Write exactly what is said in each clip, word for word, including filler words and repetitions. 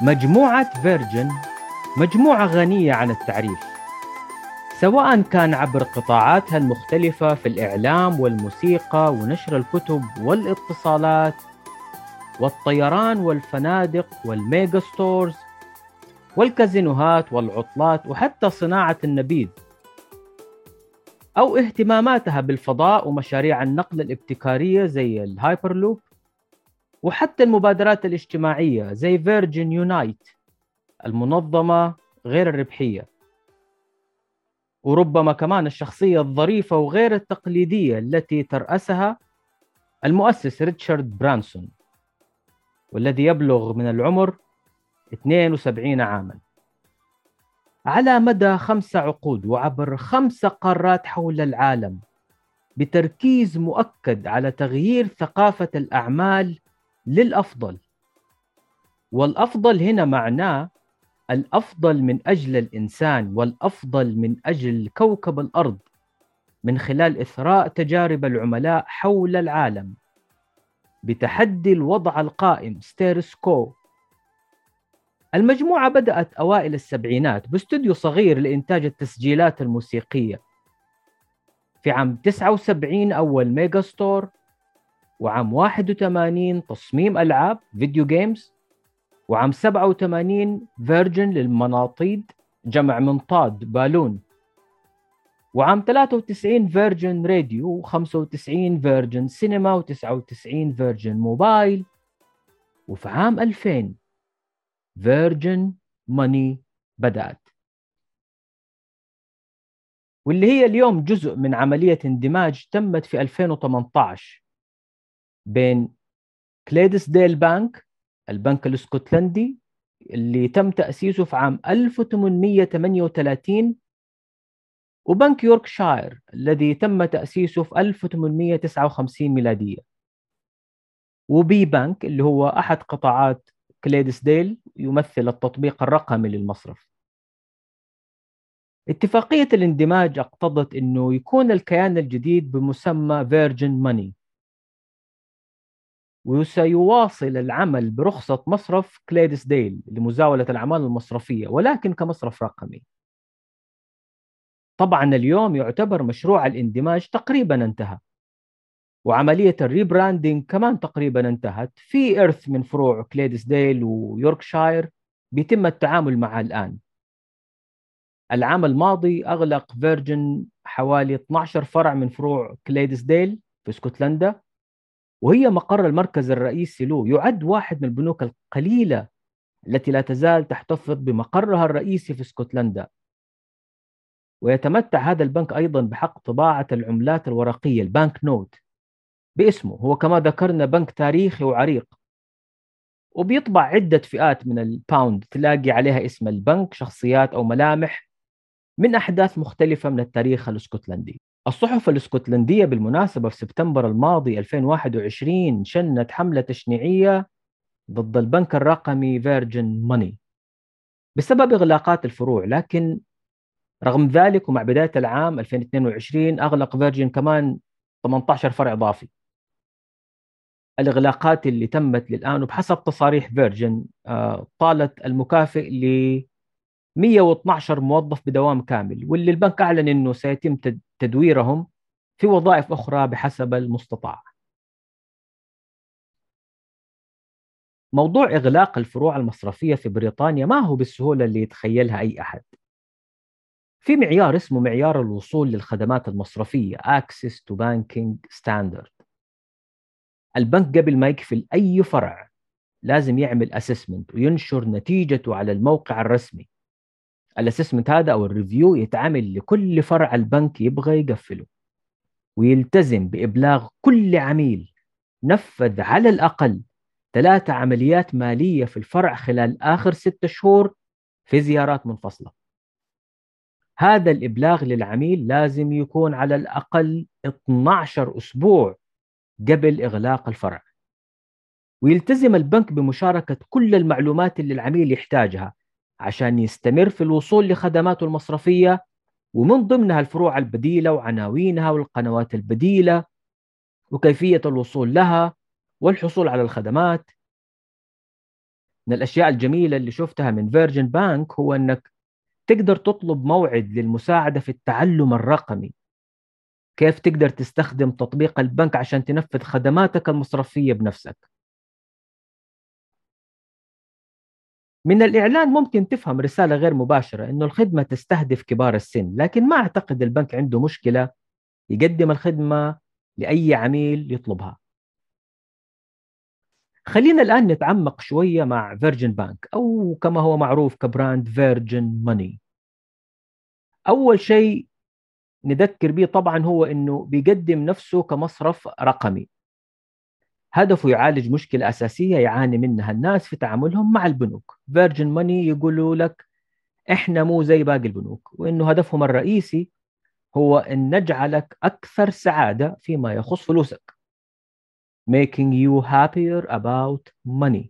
مجموعة فيرجن مجموعة غنية عن التعريف، سواء كان عبر قطاعاتها المختلفة في الإعلام والموسيقى ونشر الكتب والاتصالات والطيران والفنادق والميجا ستورز والكازينوهات والعطلات وحتى صناعة النبيذ، أو اهتماماتها بالفضاء ومشاريع النقل الابتكارية زي الهايبرلوب، وحتى المبادرات الاجتماعية زي فيرجن يونايت المنظمة غير الربحية، وربما كمان الشخصية الظريفة وغير التقليدية التي ترأسها المؤسس ريتشارد برانسون، والذي يبلغ من العمر اثنين وسبعين عاما. على مدى خمسة عقود وعبر خمس قارات حول العالم، بتركيز مؤكد على تغيير ثقافة الأعمال للأفضل، والأفضل هنا معناه الأفضل من أجل الإنسان والأفضل من أجل كوكب الأرض، من خلال إثراء تجارب العملاء حول العالم بتحدي الوضع القائم ستيرس كو. المجموعة بدأت أوائل السبعينات باستوديو صغير لإنتاج التسجيلات الموسيقية. في عام تسعة وسبعين أول ميجا ستور، وعام واحد وثمانين تصميم ألعاب فيديو جيمز، وعام سبعة وثمانين فيرجن للمناطيد جمع منطاد بالون، وعام ثلاثة وتسعين فيرجن راديو، وخمسة وتسعين فيرجن سينما، وتسعة وتسعين فيرجن موبايل، وفي عام ألفين فيرجن ماني بدأت، واللي هي اليوم جزء من عملية اندماج تمت في ألفين وثمانية عشر بين كليدسديل بانك، البنك الاسكتلندي اللي تم تأسيسه في عام ألف وثمانمئة وثمانية وثلاثين، وبنك يوركشاير الذي تم تأسيسه في ألف وثمانمئة وتسعة وخمسين ميلادية، وبي بانك اللي هو أحد قطاعات كليدسديل يمثل التطبيق الرقمي للمصرف. اتفاقية الاندماج اقتضت أنه يكون الكيان الجديد بمسمى فيرجن ماني، وسيواصل العمل برخصة مصرف كليدسديل لمزاولة الأعمال المصرفية، ولكن كمصرف رقمي. طبعا اليوم يعتبر مشروع الاندماج تقريبا انتهى، وعملية الريبراندينج كمان تقريبا انتهت. في إرث من فروع كليدسديل ويوركشاير بيتم التعامل معها الآن. العام الماضي أغلق فيرجن حوالي اثني عشر فرع من فروع كليدسديل في اسكتلندا، وهي مقر المركز الرئيسي له. يعد واحد من البنوك القليلة التي لا تزال تحتفظ بمقرها الرئيسي في اسكتلندا، ويتمتع هذا البنك أيضا بحق طباعة العملات الورقية البانك نوت باسمه. هو كما ذكرنا بنك تاريخي وعريق، وبيطبع عدة فئات من الباوند تلاقي عليها اسم البنك، شخصيات أو ملامح من أحداث مختلفة من التاريخ الاسكتلندي. الصحف الاسكتلندية بالمناسبة في سبتمبر الماضي ألفين وواحد وعشرين شنت حملة تشنيعية ضد البنك الرقمي فيرجن ماني بسبب إغلاقات الفروع، لكن رغم ذلك ومع بداية العام ألفين واثنين وعشرين أغلق فيرجن كمان ثمانية عشر فرع إضافي. الإغلاقات اللي تمت للآن وبحسب تصاريح فيرجن طالت المكافئ ل مئة واثني عشر موظف بدوام كامل، واللي البنك أعلن أنه سيتم تدويرهم في وظائف أخرى بحسب المستطاع. موضوع إغلاق الفروع المصرفية في بريطانيا ما هو بالسهولة اللي يتخيلها أي أحد. في معيار اسمه معيار الوصول للخدمات المصرفية Access to Banking Standard. البنك قبل ما يقفل أي فرع لازم يعمل أسسمنت وينشر نتيجته على الموقع الرسمي. الأسسمنت هذا أو الريفيو يتعامل لكل فرع البنك يبغى يقفله، ويلتزم بإبلاغ كل عميل نفذ على الأقل ثلاثة عمليات مالية في الفرع خلال آخر ستة شهور في زيارات منفصلة. هذا الإبلاغ للعميل لازم يكون على الأقل اثني عشر أسبوع قبل إغلاق الفرع، ويلتزم البنك بمشاركة كل المعلومات اللي العميل يحتاجها عشان يستمر في الوصول لخدماته المصرفية، ومن ضمنها الفروع البديلة وعناوينها والقنوات البديلة وكيفية الوصول لها والحصول على الخدمات. من الأشياء الجميلة اللي شفتها من فيرجن بانك هو أنك تقدر تطلب موعد للمساعدة في التعلم الرقمي. كيف تقدر تستخدم تطبيق البنك عشان تنفذ خدماتك المصرفية بنفسك. من الإعلان ممكن تفهم رسالة غير مباشرة أنه الخدمة تستهدف كبار السن، لكن ما أعتقد البنك عنده مشكلة يقدم الخدمة لأي عميل يطلبها. خلينا الآن نتعمق شوية مع فيرجن بانك، أو كما هو معروف كبراند فيرجن ماني. أول شيء نذكر به طبعا هو أنه بيقدم نفسه كمصرف رقمي، هدفه يعالج مشكلة أساسية يعاني منها الناس في تعاملهم مع البنوك. فيرجن ماني يقولوا لك إحنا مو زي باقي البنوك، وإنه هدفهم الرئيسي هو أن نجعلك أكثر سعادة فيما يخص فلوسك. making you happier about money.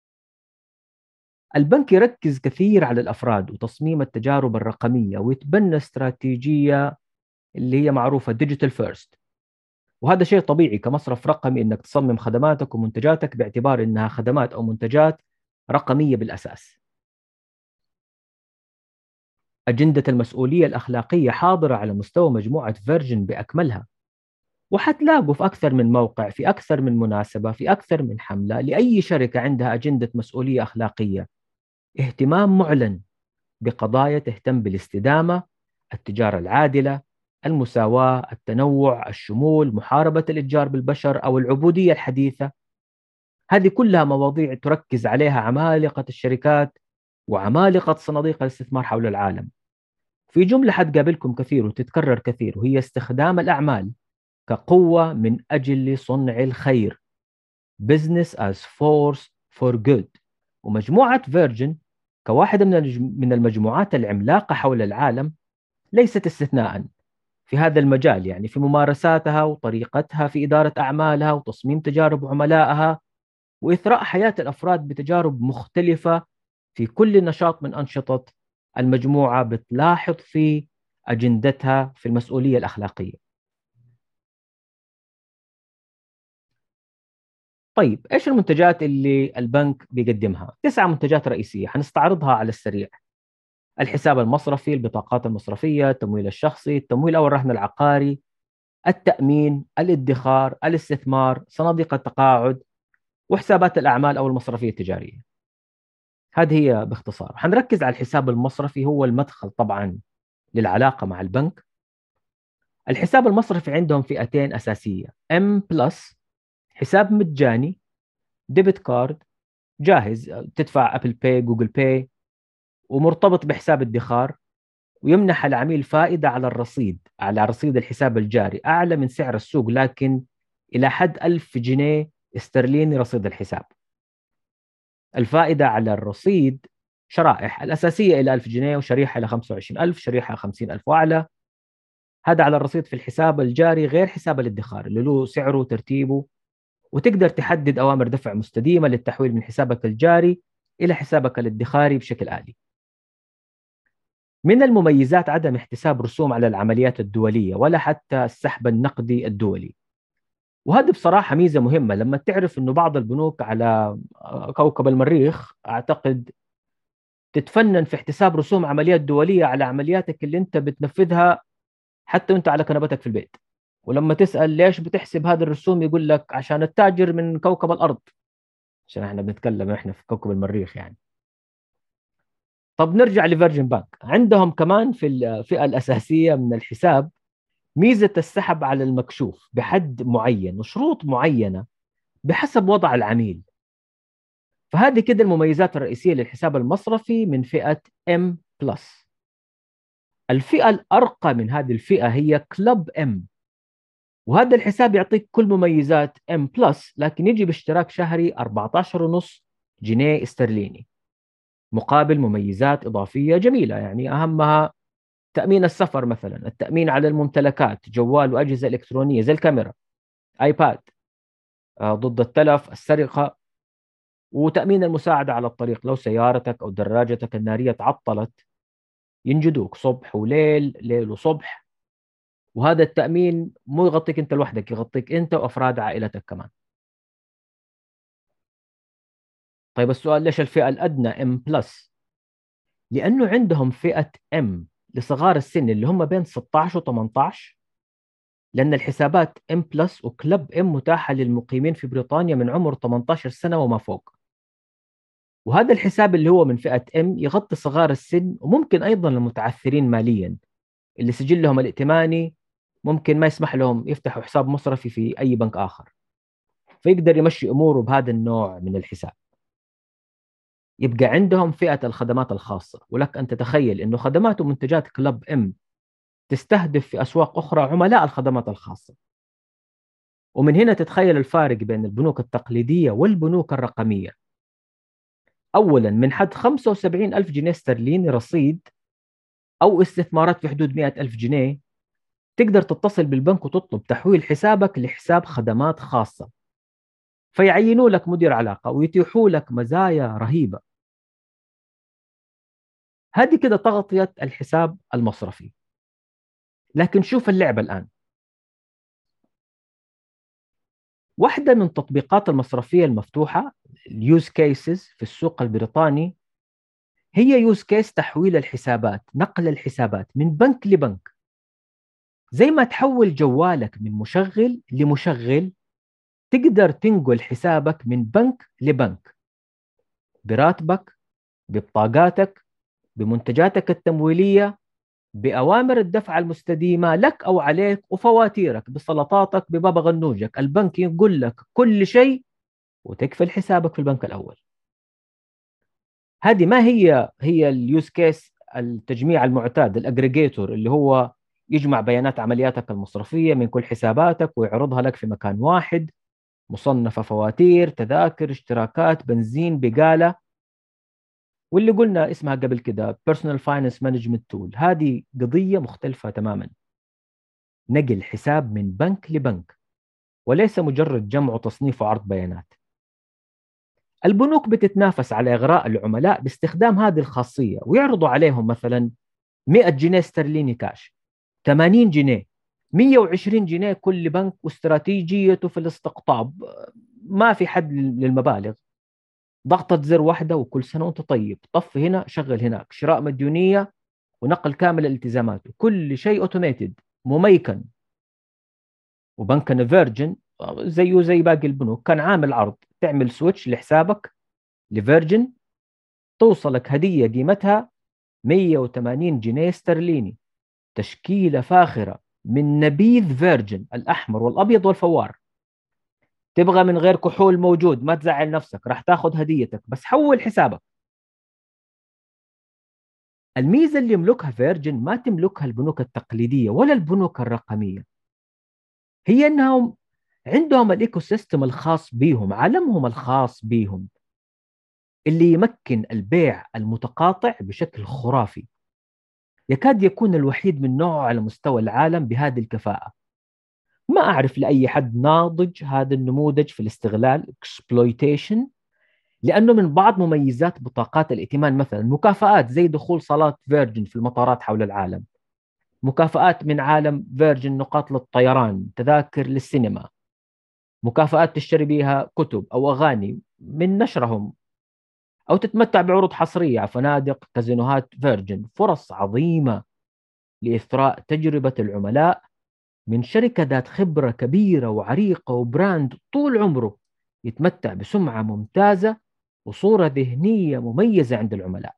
البنك يركز كثير على الأفراد وتصميم التجارب الرقمية، ويتبنى استراتيجية اللي هي معروفة ديجيتال فيرست. وهذا شيء طبيعي كمصرف رقمي انك تصمم خدماتك ومنتجاتك باعتبار انها خدمات او منتجات رقمية بالاساس. أجندة المسؤولية الأخلاقية حاضرة على مستوى مجموعة فيرجن بأكملها، وحتلاقوا في أكثر من موقع، في أكثر من مناسبة، في أكثر من حملة لأي شركة عندها أجندة مسؤولية أخلاقية، اهتمام معلن بقضايا تهتم بالاستدامة، التجارة العادلة، المساواة، التنوع، الشمول، محاربة الإتجار بالبشر أو العبودية الحديثة. هذه كلها مواضيع تركز عليها عمالقة الشركات وعمالقة صناديق الاستثمار حول العالم. في جملة حتقابلكم كثير وتتكرر كثير، وهي استخدام الأعمال كقوة من أجل صنع الخير. business as force for good. ومجموعة فيرجن كواحدة من من المجموعات العملاقة حول العالم ليست استثناء في هذا المجال، يعني في ممارساتها وطريقتها في إدارة أعمالها وتصميم تجارب عملائها وإثراء حياة الأفراد بتجارب مختلفة. في كل نشاط من أنشطة المجموعة بتلاحظ في أجندتها في المسؤولية الأخلاقية. طيب إيش المنتجات اللي البنك بيقدمها؟ تسعة منتجات رئيسية حنستعرضها على السريع: الحساب المصرفي، البطاقات المصرفية، التمويل الشخصي، التمويل أو الرهن العقاري، التأمين، الادخار، الاستثمار، صناديق التقاعد، وحسابات الأعمال أو المصرفية التجارية. هذه هي باختصار. حنركز على الحساب المصرفي، هو المدخل طبعا للعلاقة مع البنك. الحساب المصرفي عندهم فئتين أساسية: M بلس، حساب مجاني، ديبت كارد جاهز تدفع أبل باي، جوجل باي، ومرتبط بحساب ادخار، ويمنح العميل فائدة على الرصيد، على رصيد الحساب الجاري أعلى من سعر السوق، لكن إلى حد ألف جنيه استرليني رصيد الحساب. الفائدة على الرصيد شرائح، الأساسية إلى ألف جنيه، وشريحة إلى خمسة وعشرين ألف، شريحة خمسين ألف وأعلى. هذا على الرصيد في الحساب الجاري غير حساب الادخار اللي له سعره وترتيبه، وتقدر تحدد أوامر دفع مستديمة للتحويل من حسابك الجاري إلى حسابك الادخاري بشكل آلي. من المميزات عدم احتساب رسوم على العمليات الدولية ولا حتى السحب النقدي الدولي. وهذه بصراحة ميزة مهمة لما تعرف أنه بعض البنوك على كوكب المريخ أعتقد تتفنن في احتساب رسوم عمليات دولية على عملياتك اللي أنت بتنفذها حتى وأنت على كنبتك في البيت. ولما تسأل ليش بتحسب هذه الرسوم يقول لك عشان التاجر من كوكب الأرض، عشان احنا بنتكلم احنا في كوكب المريخ يعني. طب نرجع لفيرجن بانك، عندهم كمان في الفئة الأساسية من الحساب ميزة السحب على المكشوف بحد معين وشروط معينة بحسب وضع العميل. فهذه كده المميزات الرئيسية للحساب المصرفي من فئة M بلس. الفئة الأرقى من هذه الفئة هي كلب M، وهذا الحساب يعطيك كل مميزات M بلس، لكن يجي باشتراك شهري أربعة عشر ونص جنيه استرليني مقابل مميزات إضافية جميلة، يعني أهمها تأمين السفر مثلا، التأمين على الممتلكات، جوال وأجهزة إلكترونية زي الكاميرا، آيباد، آه، ضد التلف، السرقة، وتأمين المساعدة على الطريق لو سيارتك أو دراجتك النارية تعطلت ينجدوك صبح وليل، ليل وصبح. وهذا التأمين مو يغطيك أنت لوحدك، يغطيك أنت وأفراد عائلتك كمان. طيب السؤال، ليش الفئة الأدنى M بلس؟ لأنه عندهم فئة M لصغار السن اللي هم بين ستة عشر و ثمانية عشر، لأن الحسابات M بلس وكلب M متاحة للمقيمين في بريطانيا من عمر ثمانية عشر سنة وما فوق. وهذا الحساب اللي هو من فئة M يغطي صغار السن، وممكن أيضا المتعثرين ماليا اللي سجلهم الائتماني ممكن ما يسمح لهم يفتحوا حساب مصرفي في أي بنك آخر، فيقدر يمشي أموره بهذا النوع من الحساب. يبقى عندهم فئة الخدمات الخاصة، ولك أن تتخيل أنه خدمات ومنتجات كلب إم تستهدف في أسواق أخرى عملاء الخدمات الخاصة. ومن هنا تتخيل الفارق بين البنوك التقليدية والبنوك الرقمية. أولا، من حد خمسة وسبعين ألف جنيه استرليني رصيد أو استثمارات في حدود مئة ألف جنيه، تقدر تتصل بالبنك وتطلب تحويل حسابك لحساب خدمات خاصة، فيعينوا لك مدير علاقة ويتيحوا لك مزايا رهيبة. هذه كده تغطية الحساب المصرفي. لكن شوف اللعبة الآن. واحدة من تطبيقات المصرفية المفتوحة، اليوز كيسز في السوق البريطاني، هي يوز كيس تحويل الحسابات، نقل الحسابات من بنك لبنك. زي ما تحول جوالك من مشغل لمشغل، تقدر تنقل حسابك من بنك لبنك براتبك، ببطاقاتك، بمنتجاتك التمويلية، بأوامر الدفع المستديمة لك أو عليك، وفواتيرك، بسلطاتك، ببابا غنوجك. البنك يقول لك كل شيء وتقفل حسابك في البنك الأول. هذه ما هي هي اليوز كيس التجميع المعتاد، الاجريجيتور، اللي هو يجمع بيانات عملياتك المصرفية من كل حساباتك ويعرضها لك في مكان واحد، مصنفة فواتير، تذاكر، اشتراكات، بنزين، بقالة، واللي قلنا اسمها قبل كده Personal Finance Management Tool. هذه قضية مختلفة تماما، نقل حساب من بنك لبنك، وليس مجرد جمع وتصنيف وعرض بيانات. البنوك بتتنافس على إغراء العملاء باستخدام هذه الخاصية، ويعرضوا عليهم مثلا مئة جنيه استرليني كاش، ثمانين جنيه، مئة وعشرين جنيه كل بنك، واستراتيجيته في الاستقطاب. ما في حد للمبالغ، ضغطة زر واحدة وكل سنة وانت طيب، طف هنا شغل هناك، شراء مديونية ونقل كامل الالتزامات، كل شيء اوتوميتد مميكن. وبنكنا فيرجن زيه زي باقي البنوك كان عامل عرض، تعمل سويتش لحسابك لفيرجن توصلك هدية قيمتها مئة وثمانين جنيه استرليني، تشكيلة فاخرة من نبيذ فيرجن الأحمر والأبيض والفوار. تبغى من غير كحول موجود، ما تزعل نفسك، راح تاخذ هديتك، بس حول حسابك. الميزة اللي يملكها فيرجن ما تملكها البنوك التقليدية ولا البنوك الرقمية، هي أنهم عندهم الإيكو سيستم الخاص بيهم، عالمهم الخاص بيهم، اللي يمكن البيع المتقاطع بشكل خرافي، يكاد يكون الوحيد من نوعه على مستوى العالم بهذه الكفاءة. ما أعرف لأي حد ناضج هذا النموذج في الاستغلال exploitation، لأنه من بعض مميزات بطاقات الائتمان مثلا مكافآت زي دخول صالات فيرجن في المطارات حول العالم، مكافآت من عالم فيرجن، نقاط للطيران، تذاكر للسينما، مكافآت تشتري بها كتب أو أغاني من نشرهم، أو تتمتع بعروض حصرية على فنادق كازينوهات فيرجن. فرص عظيمة لإثراء تجربة العملاء من شركة ذات خبرة كبيرة وعريقة وبراند طول عمره يتمتع بسمعة ممتازة وصورة ذهنية مميزة عند العملاء.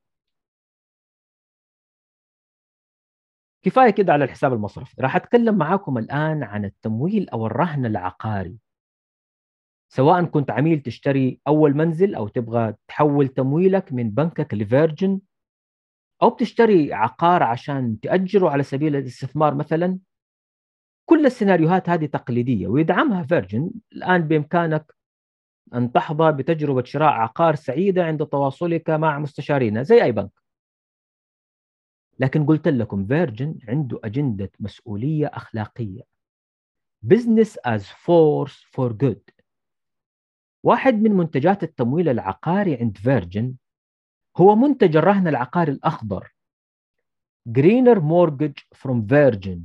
كفاية كده على الحساب المصرفي. راح أتكلم معاكم الآن عن التمويل أو الرهن العقاري. سواء كنت عميل تشتري أول منزل، أو تبغى تحول تمويلك من بنكك لفيرجن، أو بتشتري عقار عشان تأجره على سبيل الاستثمار مثلا، كل السيناريوهات هذه تقليدية ويدعمها فيرجن. الآن بإمكانك أن تحظى بتجربة شراء عقار سعيدة عند تواصلك مع مستشارينا زي أي بنك. لكن قلت لكم فيرجن عنده أجندة مسؤولية أخلاقية، business as force for good. واحد من منتجات التمويل العقاري عند فيرجن هو منتج الرهن العقاري الأخضر Greener Mortgage from Virgin.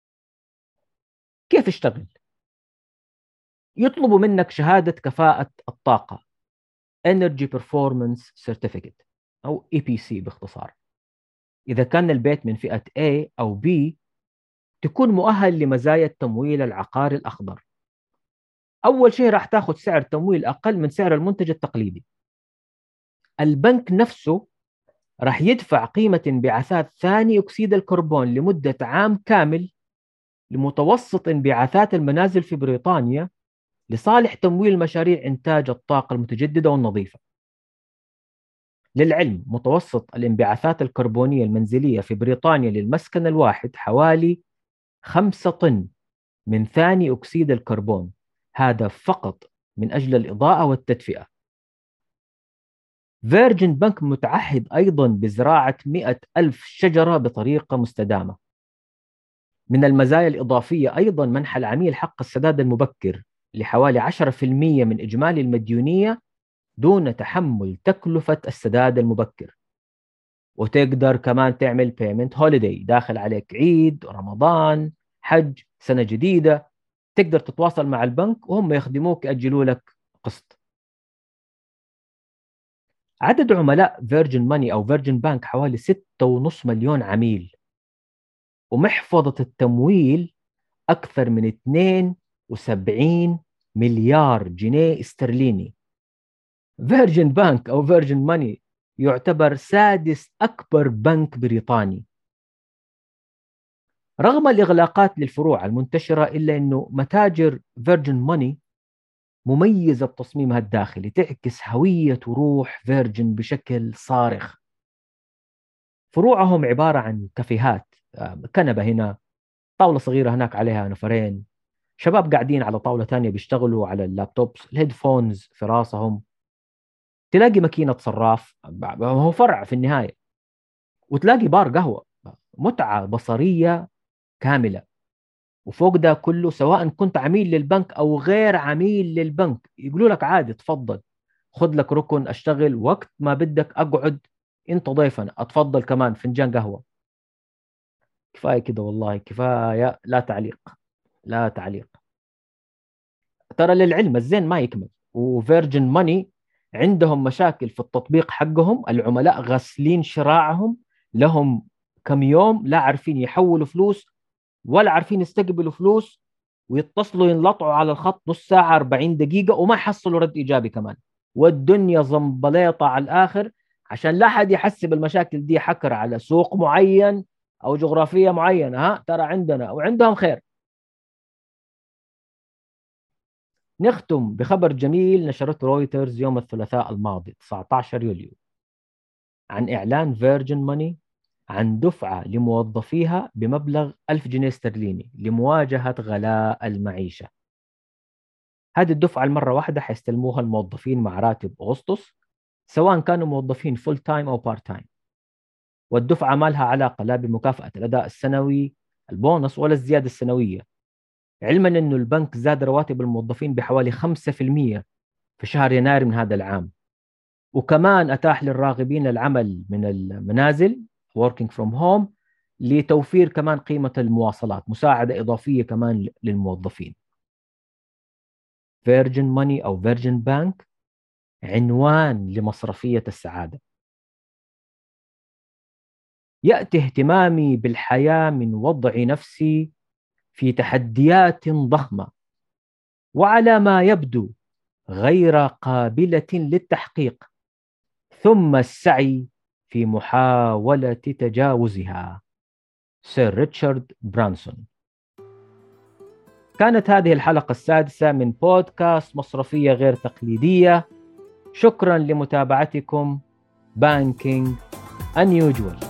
كيف يشتغل؟ يطلبوا منك شهادة كفاءة الطاقة Energy Performance Certificate أو إي بي سي باختصار. إذا كان البيت من فئة A أو B تكون مؤهل لمزايا التمويل العقاري الأخضر. أول شيء راح تاخذ سعر تمويل أقل من سعر المنتج التقليدي. البنك نفسه راح يدفع قيمة انبعاثات ثاني أكسيد الكربون لمدة عام كامل لمتوسط انبعاثات المنازل في بريطانيا لصالح تمويل مشاريع إنتاج الطاقة المتجددة والنظيفة. للعلم متوسط الانبعاثات الكربونية المنزلية في بريطانيا للمسكن الواحد حوالي خمسة طن من ثاني أكسيد الكربون، هذا فقط من أجل الإضاءة والتدفئة. فيرجن بنك متعهد أيضا بزراعة مئة ألف شجرة بطريقة مستدامة. من المزايا الإضافية أيضا منح العميل حق السداد المبكر لحوالي عشرة بالمئة من إجمالي المديونية دون تحمل تكلفة السداد المبكر. وتقدر كمان تعمل payment holiday، داخل عليك عيد، رمضان، حج، سنة جديدة، تقدر تتواصل مع البنك وهم يخدموك يأجلوا لك قسط. عدد عملاء فيرجن ماني أو فيرجن بانك حوالي ستة ونص مليون عميل، ومحفظة التمويل أكثر من اثنين وسبعين مليار جنيه استرليني. فيرجن بانك أو فيرجن ماني يعتبر سادس أكبر بنك بريطاني. رغم الإغلاقات للفروع المنتشرة إلا أنه متاجر فيرجن ماني مميزة بتصميمها الداخلي، تعكس هوية وروح فيرجن بشكل صارخ. فروعهم عبارة عن كافيهات، كنبة هنا، طاولة صغيرة هناك عليها نفرين، شباب قاعدين على طاولة تانية بيشتغلوا على اللابتوبس، الهيدفونز في راسهم، تلاقي ماكينة صراف، هو فرع في النهاية، وتلاقي بار قهوة. متعة بصرية كاملة. وفوق ده كله سواء كنت عميل للبنك أو غير عميل للبنك يقولوا لك عادي تفضل، خذ لك ركن، أشتغل وقت ما بدك، أقعد أنت ضيفنا، أتفضل كمان فنجان قهوة. كفاية كده والله، كفاية، لا تعليق لا تعليق. ترى للعلم الزين ما يكمل، وفيرجن ماني عندهم مشاكل في التطبيق حقهم، العملاء غاسلين شراعهم لهم كم يوم، لا عارفين يحولوا فلوس ولا عارفين يستقبلوا فلوس، ويتصلوا ينلطعوا على الخط نص ساعة أربعين دقيقة وما يحصلوا رد إيجابي كمان، والدنيا زنبليطة على الآخر، عشان لا حد يحسب المشاكل دي حكر على سوق معين أو جغرافية معينة. ها ترى عندنا وعندهم خير. نختم بخبر جميل نشرته رويترز يوم الثلاثاء الماضي تسعة عشر يوليو عن إعلان فيرجن ماني عن دفعة لموظفيها بمبلغ ألف جنيه استرليني لمواجهة غلاء المعيشة. هذه الدفعة المرة واحدة حيستلموها الموظفين مع راتب أغسطس، سواء كانوا موظفين فول تايم أو بارت تايم. والدفعة ما لها علاقة لا بمكافأة الأداء السنوي، البونص، ولا الزيادة السنوية، علما أنه البنك زاد رواتب الموظفين بحوالي خمسة بالمئة في شهر يناير من هذا العام. وكمان أتاح للراغبين العمل من المنازل working from home لتوفير كمان قيمة المواصلات، مساعدة إضافية كمان للموظفين. فيرجن ماني أو فيرجن بانك عنوان لمصرفية السعادة. يأتي اهتمامي بالحياة من وضع نفسي في تحديات ضخمة وعلى ما يبدو غير قابلة للتحقيق، ثم السعي في محاولة تجاوزها. سير ريتشارد برانسون. كانت هذه الحلقة السادسة من بودكاست مصرفية غير تقليدية. شكرا لمتابعتكم. بانكينج Unusual.